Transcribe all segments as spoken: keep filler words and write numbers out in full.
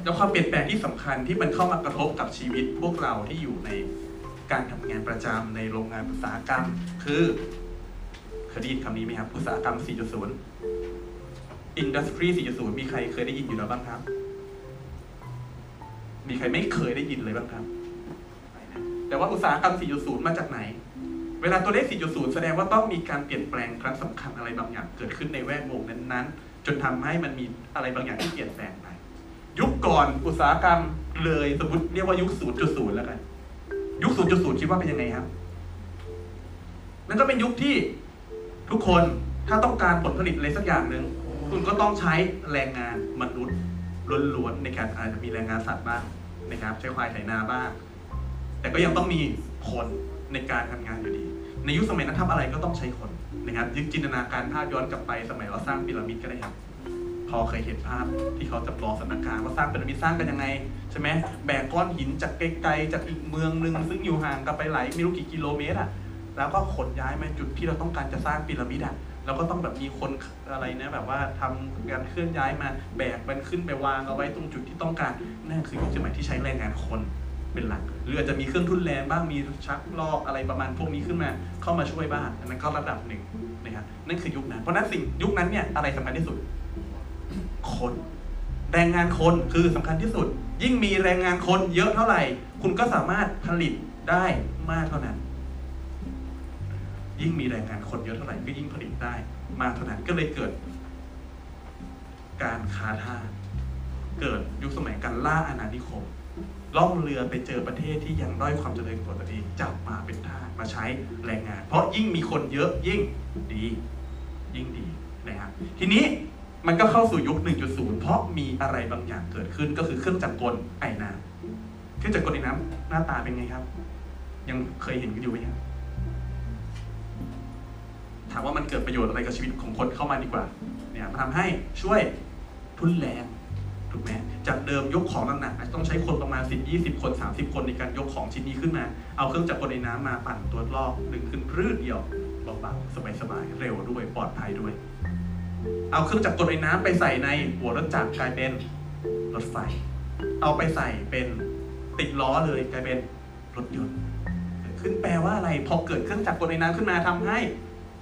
แล้วความเปลี่ยนแปลงที่สำคัญที่มันเข้ามากระทบกับชีวิตพวกเราที่อยู่ในการทำงานประจำในโรงงานอุตสาหกรรมคือเคยได้ยินคำนี้ไหมครับอุตสาหกรรม สี่จุดศูนย์ Industry สี่จุดศูนย์ มีใครเคยได้ยินอยู่แล้วบ้างครับมีใครไม่เคยได้ยินเลยบ้างครับแต่ว่าอุตสาหกรรม สี่จุดศูนย์ มาจากไหนเวลาตัวเลข สี่จุดศูนย์ แสดงว่าต้องมีการเปลี่ยนแปลงครั้งสำคัญอะไรบางอย่างเกิดขึ้นในแวดวงนั้นๆจนทำให้มันมีอะไรบางอย่างที่เปลี่ยนแปลงไปยุคก่อนอุตสาหกรรมเลยสมมติเรียกว่ายุค ศูนย์จุดศูนย์ แล้วกันยุค ศูนย์จุดศูนย์ คิดว่าเป็นยังไงครับนั่นก็เป็นยุคที่ทุกคนถ้าต้องการผลผลิตอะไรสักอย่างหนึ่งคุณก็ต้องใช้แรงงานมนุษย์ล้วนๆในการอาจจะมีแรงงานสัตว์บ้างนะครับใช้ควายไถนาบ้างแต่ก็ยังต้องมีคนในการทำงานอยู่ดีในยุคสมัยนั้นทำอะไรก็ต้องใช้คนนะครับยึดจินตนาการภาพย้อนกลับไปสมัยเราสร้างพีระมิดก็ได้ครับพอเคยเห็นภาพที่เขาจำลองสถานการณ์ว่าสร้างพีระมิดสร้างกันยังไงใช่ไหมแบกก้อนหินจากไกลๆจากอีกเมืองนึงซึ่งอยู่ห่างกันไปหลายไม่รู้กี่กิโลเมตรอ่ะแล้วก็ขนย้ายมาจุดที่เราต้องการจะสร้างพีระมิดอ่ะเราก็ต้องแบบมีคนอะไรนะแบบว่าทำการเคลื่อนย้ายมาแบกมันขึ้นไปวางเอาไว้ตรงจุดที่ต้องการนั่นคือยุคสมัยที่ใช้แรงงานคนเป็นหลักหรืออาจจะมีเครื่องทุ่นแรงบ้างมีชักลอกอะไรประมาณพวกนี้ขึ้นมาเข้ามาช่วยบ้างอันนั้นก็ระดับหนึ่งนะครับนั่นคือยุคนั้นเพราะนั้นสิ่งยุคนั้นเนี่ยอะไรสำคัญที่สุดคนแรงงานคนคือสำคัญที่สุดยิ่งมีแรงงานคนเยอะเท่าไหร่คุณก็สามารถผลิตได้มากเท่านั้นยิ่งมีแรงงานคนเยอะเท่าไหร่ก็ยิ่งผลิตได้มากเท่านั้นก็เลยเกิดการค้าทาสเกิดยุคสมัยการล่าอาณานิคมล่องเรือไปเจอประเทศที่ยังด้อยความเจริญกว่าตัวเองจับมาเป็นทาสมาใช้แรงงานเพราะยิ่งมีคนเยอะยิ่งดียิ่งดีนะครับทีนี้มันก็เข้าสู่ยุค หนึ่งจุดศูนย์ เพราะมีอะไรบางอย่างเกิดขึ้นก็คือเครื่องจักรกลไอน้ำเครื่องจักรกลไอน้ำหน้าตาเป็นไงครับยังเคยเห็นกันอยู่ไหมครับถามว่ามันเกิดประโยชน์อะไรกับชีวิตของคนเข้ามาดีกว่าเนี่ยมันทำให้ช่วยทุนแรงถูกไหมจากเดิมยกของหนักๆต้องใช้คนประมาณสิบ ยี่สิบคนสามสิบคนในการยกของชิ้นนี้ขึ้นมาเอาเครื่องจักรกลไอน้ำมาปั่นตัวลอกดึงขึ้นพืชเดียวเบาๆสบายๆเร็วด้วยปลอดภัยด้วยเอาเครื่องจักรกลไอน้ำไปใส่ในหัวรถจักรกลายเป็นรถไฟเอาไปใส่เป็นติดล้อเลยกลายเป็นรถยนต์ขึ้นแปลว่าอะไรพอเกิดเครื่องจักรกลไอน้ำขึ้นมาทำให้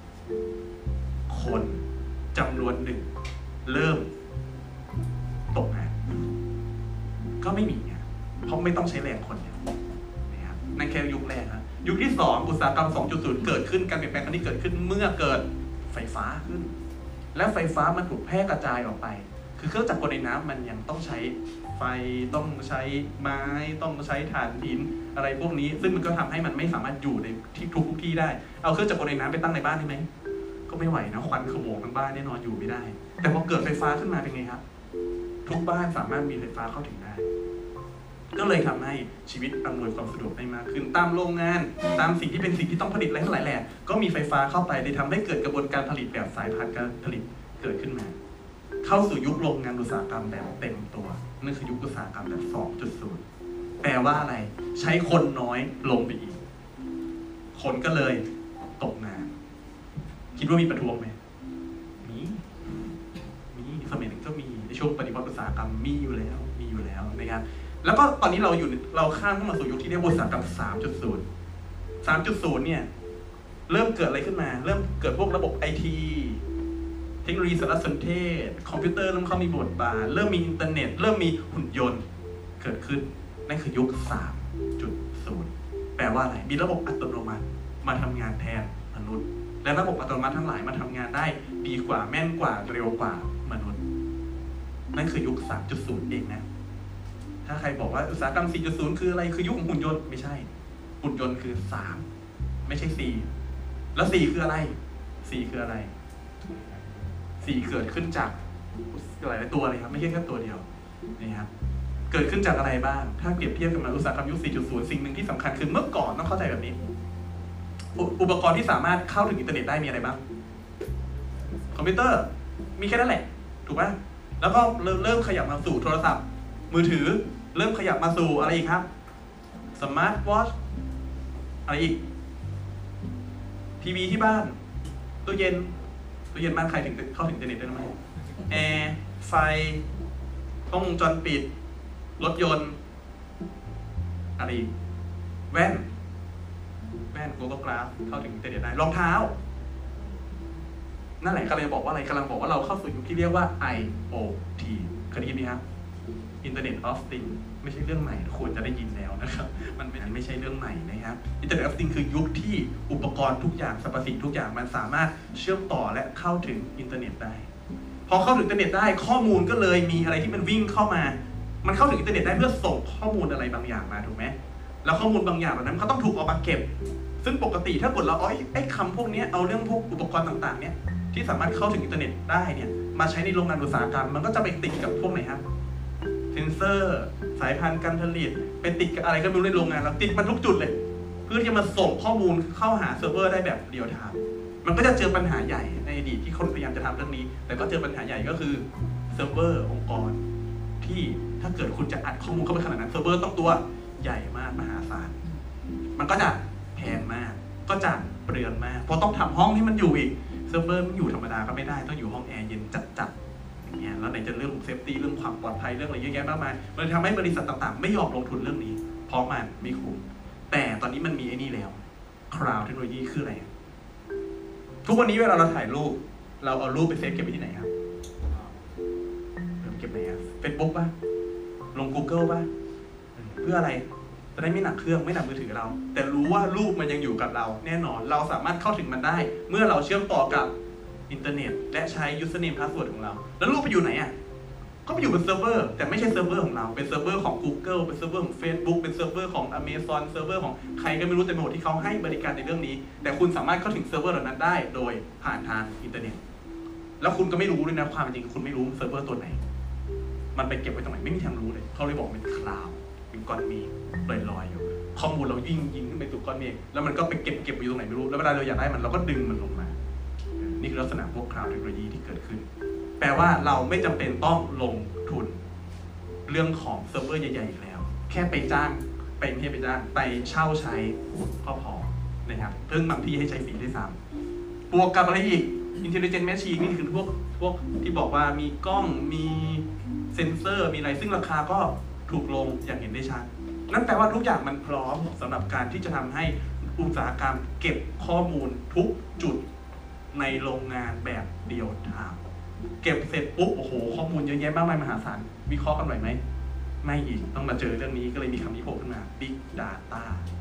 คนจำนวนหนึ่งเริ่มตกงานก็ไม่มีไงเพราะไม่ต้องใช้แรงคนเนี่ยนะครับนั่นแค่ยุคแรกนะยุคที่สองอุตสาหกรรม สองจุดศูนย์ เกิดขึ้นการเปลี่ยนแปลงครั้งนี้เกิดขึ้นเมื่อเกิดไฟฟ้าขึ้นและไฟฟ้ามันถูกแพร่กระจายออกไปคือเครื่องจักรกลไอน้ำมันยังต้องใช้ไฟต้องใช้ไม้ต้องใช้ถ่านหินอะไรพวกนี้ซึ่งมันก็ทำให้มันไม่สามารถอยู่ในที่ทุกที่ได้เอาเครื่องจักรกลไอน้ำไปตั้งในบ้านได้ไหมก็ไม่ไหวนะควันขโมงทั้งบ้านแน่นอนอยู่ไม่ได้แต่พอเกิดไฟฟ้าขึ้นมาเป็นไงครับทุกบ้านสามารถมีไฟฟ้าเข้าถึงได้ก็เลยทำให้ชีวิตอำนวยความสะดวกได้มากขึ้นตามโรงงานตามสิ่งที่เป็นสิ่งที่ต้องผลิตอะไรทั้งหลายแหล่ก็มีไฟฟ้าเข้าไปเลยทำให้เกิดกระบวนการผลิตแบบสายพานการผลิตเกิดขึ้นมาเข้าสู่ยุคโรงงานอุตสาหกรรมแบบเต็มตัวนั่นคือยุคอุตสาหกรรมแบบ สองจุดศูนย์ แปลว่าอะไรใช้คนน้อยลงไปอีกคนก็เลยตกงานคิดว่ามีประท้วงไหมมีมีสมัยหนึ่งก็มีในช่วงปฏิวัติอุตสาหกรรมมีอยู่แล้วมีอยู่แล้วนะครับแล้วก็ตอนนี้เราอยู่เราข้ามเข้ามาสู่ยุคที่เรียกว่าอุตสาหกรรม สามจุดศูนย์ สามจุดศูนย์ เนี่ยเริ่มเกิดอะไรขึ้นมาเริ่มเกิดพวกระบบ ไอ ที เทคโนโลยีสารสนเทศคอมพิวเตอร์เริ่มเข้ามีบทบาทเริ่มมีอินเทอร์เน็ตเริ่มมีหุ่นยนต์เกิดขึ้นนั่นคือยุค สามจุดศูนย์ แปลว่าอะไรมีระบบอัตโนมัติมาทำงานแทนมนุษย์และระบบอัตโนมัติทั้งหลายมาทำงานได้ดีกว่าแม่นกว่าเร็วกว่ามนุษย์นั่นคือยุค สามจุดศูนย์ เองนะถ้าใครบอกว่าอุตสาหกรรม สี่จุดศูนย์ คืออะไรคือยุคของหุ่นยนต์ไม่ใช่หุ่นยนต์คือสามไม่ใช่สี่แล้วสี่คืออะไรสี่คืออะไรสี่เกิดขึ้นจากหลายตัวเลยครับไม่ใช่แค่ตัวเดียวนี่ครับเกิดขึ้นจากอะไรบ้างถ้าเปรียบเทียบกับอุตสาหกรรมยุค สี่จุดศูนย์ สิ่งหนึ่งที่สำคัญคือเมื่อก่อนต้องเข้าใจแบบนี้อุปกรณ์ที่สามารถเข้าถึงอินเทอร์เน็ตได้มีอะไรบ้างคอมพิวเตอร์มีแค่นั้นแหละถูกไหมแล้วก็เริ่มขยับมาสู่โทรศัพท์มือถือเริ่มขยับมาสู่อะไรอีกครับสมาร์ทวอทช์อะไรอีกทีวีที่บ้านตู้เย็นตู้เย็นบ้านใครถึงเข้าถึงอินเทอร์เน็ตได้ไหมแอร์ไฟกล้องวงจรปิดรถยนต์อะไรแว่นแว่น Google Glass เข้าถึงอินเทอร์เน็ตได้รองเท้านั่นแหละกำลังบอกว่าอะไรกำลังบอกว่าเราเข้าสู่ยุคที่เรียกว่า ไอ โอ ที เคยได้ยินไหมครับ Internet of Things ไม่ใช่เรื่องใหม่ควรจะได้ยินแล้วนะครับมันเป็นไม่ใช่เรื่องใหม่นะครับ Internet of Things คือยุคที่อุปกรณ์ทุกอย่างสรรพสิ่งทุกอย่างมันสามารถเชื่อมต่อและเข้าถึงอินเทอร์เน็ตได้พอเข้าถึงอินเทอร์เน็ตได้ข้อมูลก็เลยมีอะไรที่มันวิ่งเข้ามามันเข้าถึงอินเทอร์เน็ตได้เพื่อส่งข้อมูลอะไรบางอย่างมาถูกไหมแล้วข้อมูลบางอย่างเหล่านั้นเขาต้องถูกเอามาเก็บซึ่งปกติถ้าเกิดเราเอาไอ้คำพวกนี้เอาเรื่องพวกอุปกรณ์ต่างๆเนี่ยที่สามารถเข้าถึงอินเทอร์เน็ตได้เนี่ยมาใช้ในโรงงานอุตสาหกรรมมันก็จะไปติดกับพวกไหนครับเซนเซอร์สายพันธุ์การผลิตไปติดกับอะไรก็ไม่รู้ในโรงงานแล้วติดมันทุกจุดเลยเพื่อที่จะมาส่งข้อมูลเข้าหาเซิร์ฟเวอร์ได้แบบเรียลไทม์มันก็จะเจอปัญหาใหญ่ในอดีตที่คนพยายามจะทำเรื่องนี้แต่ก็เจอปัญหาใหญ่ก็คือเซิร์ฟเวอร์องค์กรที่ถ้าเกิดคุณจะอัดข้อมูลเข้าไปขนาดนั้นเซิร์ฟเวอร์ต้องตัวใหญ่มากมหาศาลมันก็จะแพงมากก็จะเปลืองมากเพราะต้องทำห้องที่มันอยู่อีกเซิร์ฟเวอร์มันอยู่ธรรมดาก็ไม่ได้ต้องอยู่ห้องแอร์เย็นจัดๆอย่างเงี้ยแล้วไหนจะเรื่องเซฟตี้เรื่องความปลอดภัยเรื่องอะไรเยอะแยะมากมายมันทำให้บริษัทต่างๆไม่ยอมลงทุนเรื่องนี้เพราะมันไม่คุ้มแต่ตอนนี้มันมีไอ้นี่แล้วคลาวด์เทคโนโลยีคืออะไรทุกวันนี้เวลาเราถ่ายรูปเราเอารูปไปเซฟเก็บไว้ที่ไหนครับเก็บไหนครับเฟซบุ๊กป่ะลง Google ป่ะเพื่ออะไรจะได้ไม่หนักเครื่องไม่หนักมือถือเราแต่รู้ว่ารูปมันยังอยู่กับเราแน่นอนเราสามารถเข้าถึงมันได้เมื่อเราเชื่อมต่อกับอินเทอร์เน็ตและใช้ username password ของเราแล้วรูปไปอยู่ไหนอ่ะก็ไปอยู่บนเซิร์ฟเวอร์แต่ไม่ใช่เซิร์ฟเวอร์ของเราเป็นเซิร์ฟเวอร์ของ Google เป็นเซิร์ฟเวอร์ของ Facebook เป็นเซิร์ฟเวอร์ของ Amazon เซิร์ฟเวอร์ของใครก็ไม่รู้แต่หมดที่เขาให้บริการในเรื่องนี้แต่คุณสามารถเข้าถึงเซิร์ฟเวอร์เหล่านั้นได้โดยผ่านทางอินเทอร์เน็ตแล้วคุณก็ไม่รู้ด้วยนะความจริงคุณไม่รู้เซิร์ฟเวอร์ตัวไหนมันไปเก็บไว้ตรงไหนไม่มีทางรู้เลยเขาเลยบอกเป็นคลาวด์เป็นก้อนเมฆลอยๆอยู่ข้อมูลเรายิ่งยิงขึ้นไปสู่ก้อนเมฆแล้วมันก็ไปเก็บเก็บอยู่ตรงไหนไม่รู้แล้วเวลาเราอยากได้มันเราก็ดึงมันลงมานี่คือลักษณะพวกคลาวด์เทคโนโลยีที่เกิดขึ้นแปลว่าเราไม่จำเป็นต้องลงทุนเรื่องของเซิร์ฟเวอร์ใหญ่ๆอีกแล้วแค่ไปจ้างไปไม่ใช่ไปจ้างไปเช่าใช้ก็พอนะครับเพิ่งบางที่ให้ใช้ฟรีด้วยซ้ำบวกกับอะไรอีก Intelligent Machine นี่คือพวกพวกที่บอกว่ามีกล้องมีเซ็นเซอร์มีอะไรซึ่งราคาก็ถูกลงอย่างเห็นได้ชัดนั่นแปลว่าทุกอย่างมันพร้อมสำหรับการที่จะทำให้อุตสาหกรรมเก็บข้อมูลทุกจุดในโรงงานแบบเดียวทางเก็บเสร็จปุ๊บโอ้โหข้อมูลเยอะแยะมากมายมหาศาลวิเคราะห์กันไหวไหมไม่อีกต้องมาเจอเรื่องนี้ก็เลยมีคำนี้โผล่ขึ้นมา Big Data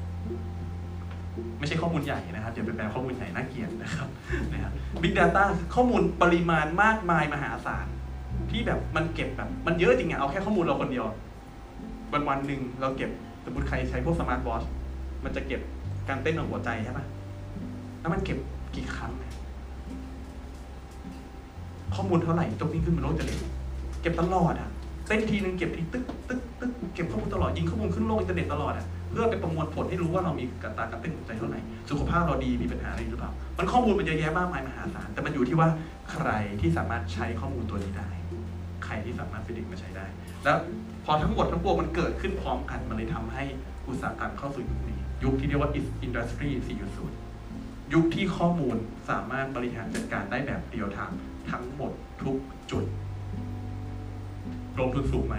ไม่ใช่ข้อมูลใหญ่นะครับอย่าไปแปลข้อมูลใหญ่น่าเกลียดนะครับนะครับ Big Data ข้อมูลปริมาณมากมายมหาศาลที่แบบมันเก็บแบบมันเยอะจริงอะเอาแค่ข้อมูลเราคนเดียววันวันหนึ่งเราเก็บสมมติใครใช้พวกสมาร์ทวอทช์มันจะเก็บการเต้นของหัวใจใช่ปะแล้วมันเก็บกี่ครั้งข้อมูลเท่าไหร่ตรงนี้ขึ้นเป็นโลกจะเล็กเก็บตลอดอ่ะเต้นทีนึงเก็บทีตึ๊กตึ๊กตึ๊กเก็บข้อมูลตลอดยิงข้อมูลขึ้นโลกอินเทอร์เน็ตตลอดอ่ะเพื่อไปประมวลผลให้รู้ว่าเรามีการตาการเต้นหัวใจเท่าไหร่สุขภาพเราดีมีปัญหาอะไรหรือเปล่ามันข้อมูลมันเยอะแยะมากมายมหาศาลแต่มันอยู่ที่ว่าใครที่สามารถใช้ข้อมูลตัวนี้ได้ใครที่สามารถไปดึงมาใช้ได้แล้วพอทั้งหมดทั้งปวงมันเกิดขึ้นพร้อมกันมันเลยทำให้อุตสาหกรรมเข้าสู่ยุคนี้ยุคที่เรียกว่า Industry สี่จุดศูนย์ ยุคที่ข้อมูลสามารถบริหารจัดการได้แบบเรียลไทม์ทั้งหมดทุกจุดลงทุนสูงไหม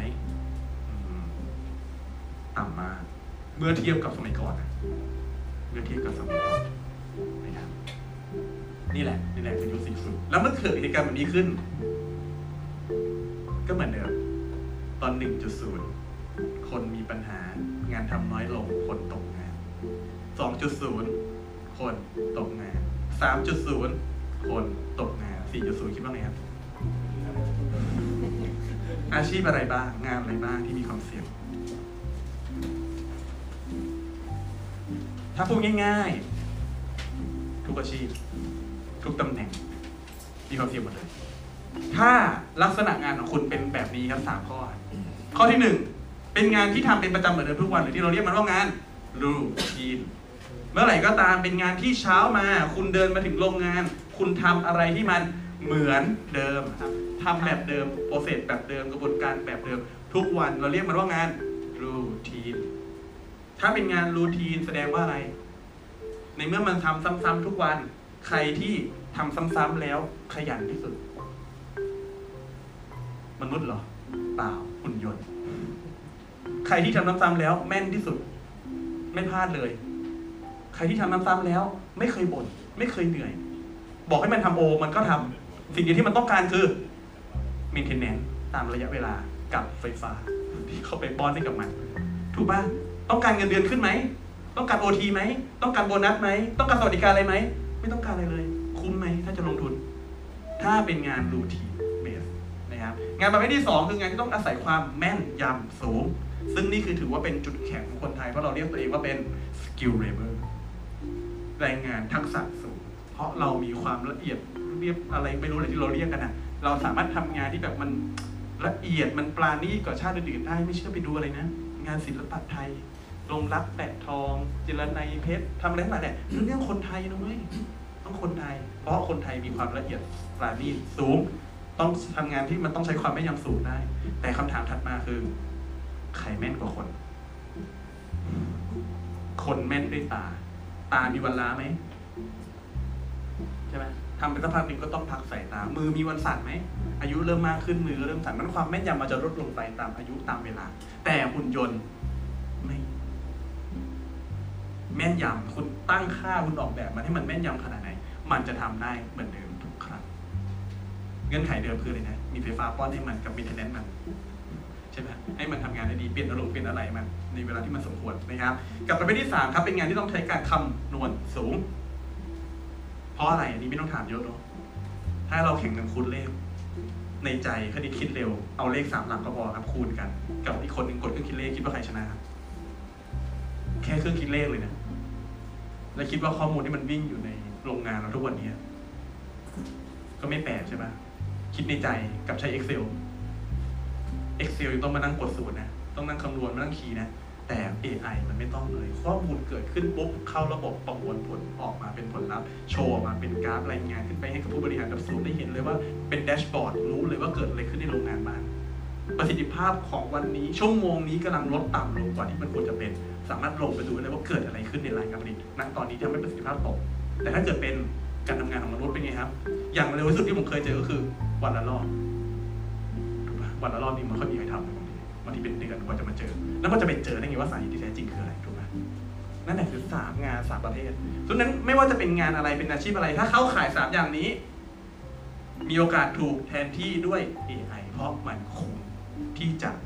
ต่ำมากเมื่อเทียบกับสมัยก่อนนะเมื่อเทียบกับสมัยก่อนนะครับนี่แหละนี่แหละคือยุคสี่จุดศูนย์แล้วมันเกิดเหตุการณ์แบบนี้ขึ้นก็เหมือนเดิมตอน หนึ่งจุดศูนย์ คนมีปัญหางานทำน้อยลงคนตกงาน สองจุดศูนย์ คนตกงาน สามจุดศูนย์ คนตกงาน สี่จุดศูนย์ คิดว่าไงครับอาชีพอะไรบ้างงานอะไรบ้างที่มีความเสี่ยงถ้าพูดง่ายๆทุกอาชีพทุกตำแหน่งมีความเสี่ยงหมดเลยถ้าลักษณะงานของคุณเป็นแบบนี้ครับสามข้อข้อที่หนึ่งเป็นงานที่ทำเป็นประจำเหมือนเดิมทุกวันหรือที่เราเรียกมันว่างานรูทีนเมื่อไหร่ก็ตามเป็นงานที่เช้ามาคุณเดินมาถึงโรงงานคุณทำอะไรที่มันเหมือนเดิมครับทำแบบเดิมโปรเซสแบบเดิมกระบวนการแบบเดิมทุกวันเราเรียกมันว่างานรูทีนถ้าเป็นงานรูทีนแสดงว่าอะไรในเมื่อมันทำซ้ำๆทุกวันใครที่ทำซ้ำๆแล้วขยันที่สุดมนุษย์เหรอเปล่าหุ่นยนต์ใครที่ทำซ้ำๆแล้วแม่นที่สุดไม่พลาดเลยใครที่ทำซ้ำๆแล้วไม่เคยบ่นไม่เคยเหนื่อยบอกให้มันทำโอมันก็ทำสิ่งเดียวที่มันต้องการคือ maintenance ตามระยะเวลากับไฟฟ้าที่เขาไปป้อนให้กับมันถูกป่ะต้องการเงินเดือนขึ้นไหมต้องการ โอ ที ไหมต้องการโบนัสไหมต้องการสวัสดิการอะไรไหมไม่ต้องการอะไรเลยคุ้มไหมถ้าจะลงทุนถ้าเป็นงานรูทีนเบสนะครับงานประเภทที่สองคืองานที่ต้องอาศัยความแม่นยำสูงซึ่งนี่คือถือว่าเป็นจุดแข็งของคนไทยเพราะเราเรียกตัวเองว่าเป็น skill labor แรงงานทักษะสูงเพราะเรามีความละเอียดเรียบอะไรไม่รู้เลยที่เราเรียกกันนะเราสามารถทำงานที่แบบมันละเอียดมันปราณีตกว่าชาติอื่นๆได้ไม่เชื่อไปดูอะไรนะงานศิลปะไทยลงรักแปะทองเจรไนเพชรทำอะไรต่างๆเนี่ยเรื่องคนไทยนะเว้ยต้องคนไทยเพราะคนไทยมีความละเอียดปราณีตสูงต้องทำงานที่มันต้องใช้ความแม่นยำสูงได้แต่คำถามถัดมาคือใครแม่นกว่าคนคนแม่นด้วยตาตามีวันล้าไหมใช่ไหมทำเป็นสักพักหนึ่งก็ต้องพักสายตามือมีวันสั่นไหมอายุเริ่มมากขึ้นมือเริ่มสั่นนั้นความแม่นยำมันจะลดลงไปตามอายุตามเวลาแต่หุ่นยนต์ไม่แม่นยำคุณตั้งค่าคุณออกแบบมันให้มันแม่นยำขนาดไหนมันจะทำได้เหมือนเดิมทุกครั้งเงื่อนไขเดิมคืออะไรนะมีไฟฟ้าป้อนให้มันกับมีเทนแนนต์มันใช่ไหมให้มันทำงานได้ดีเปลี่ยนอารมณ์เปลี่ยนอะไรมันในเวลาที่มันสมควรนะครับกับประเภทที่สามครับเป็นงานที่ต้องใช้การคำนวณสูงเพราะอะไรอันนี้ไม่ต้องถามเยอะเนาะถ้าเราแข่งกันคูณเลขในใจคณิตคิดเร็วเอาเลขสามหลักก็พอครับคูณกันกับอีกคนหนึ่งกดเครื่องคิดเลขคิดว่าใครชนะครับแค่เครื่องคิดเลขเลยนะแล้วคิดว่าข้อมูลที่มันวิ่งอยู่ในโรงงานเราทุกวันนี้ก็ไม่แปลกใช่ไหมคิดในใจกับใช้ Excel Excel ยังต้องมานั่งกดสูตรนะต้องนั่งคำนวณมานั่งคีย์นะแต่ เอ ไอ มันไม่ต้องเลยข้อมูลเกิดขึ้นปุ๊บเข้าระบบประมวลผลออกมาเป็นผลลัพธ์โชว์ออกมาเป็นกราฟรายงานขึ้นไปให้กับผู้บริหารกับศูนย์ได้เห็นเลยว่าเป็นแดชบอร์ดรู้เลยว่าเกิดอะไรขึ้นในโรงงานบ้างประสิทธิภาพของวันนี้ชั่วโมงนี้กำลังลดต่ำลงกว่าที่มันควรจะเป็นสามารถลงไปดูได้ว่าเกิดอะไรขึ้นในรายการผลิตณตอนนี้ทำให้ประสิทธิภาพตกแต่ถ้าเกิดเป็นการทำงานของมนุษย์เป็นไงครับอย่างเร็วที่สุดที่ผมเคยเจอก็คือวันละรอบถูกป่ะวันละรอบนี่มันค่อยมีใครทำบางทีบางทีเป็นเดือนกว่าจะมาเจอแล้วก็จะไปเจอได้ไงว่าสาเหตุที่แท้จริงคืออะไรถูกไหมนั่นแหละคือสามงานสามประเภทฉะนั้นไม่ว่าจะเป็นงานอะไรเป็นอาชีพอะไรถ้าเข้าข่ายสามอย่างนี้มีโอกาสถูกแทนที่ด้วย เอ ไอ เพราะมันคุ้มที่จะ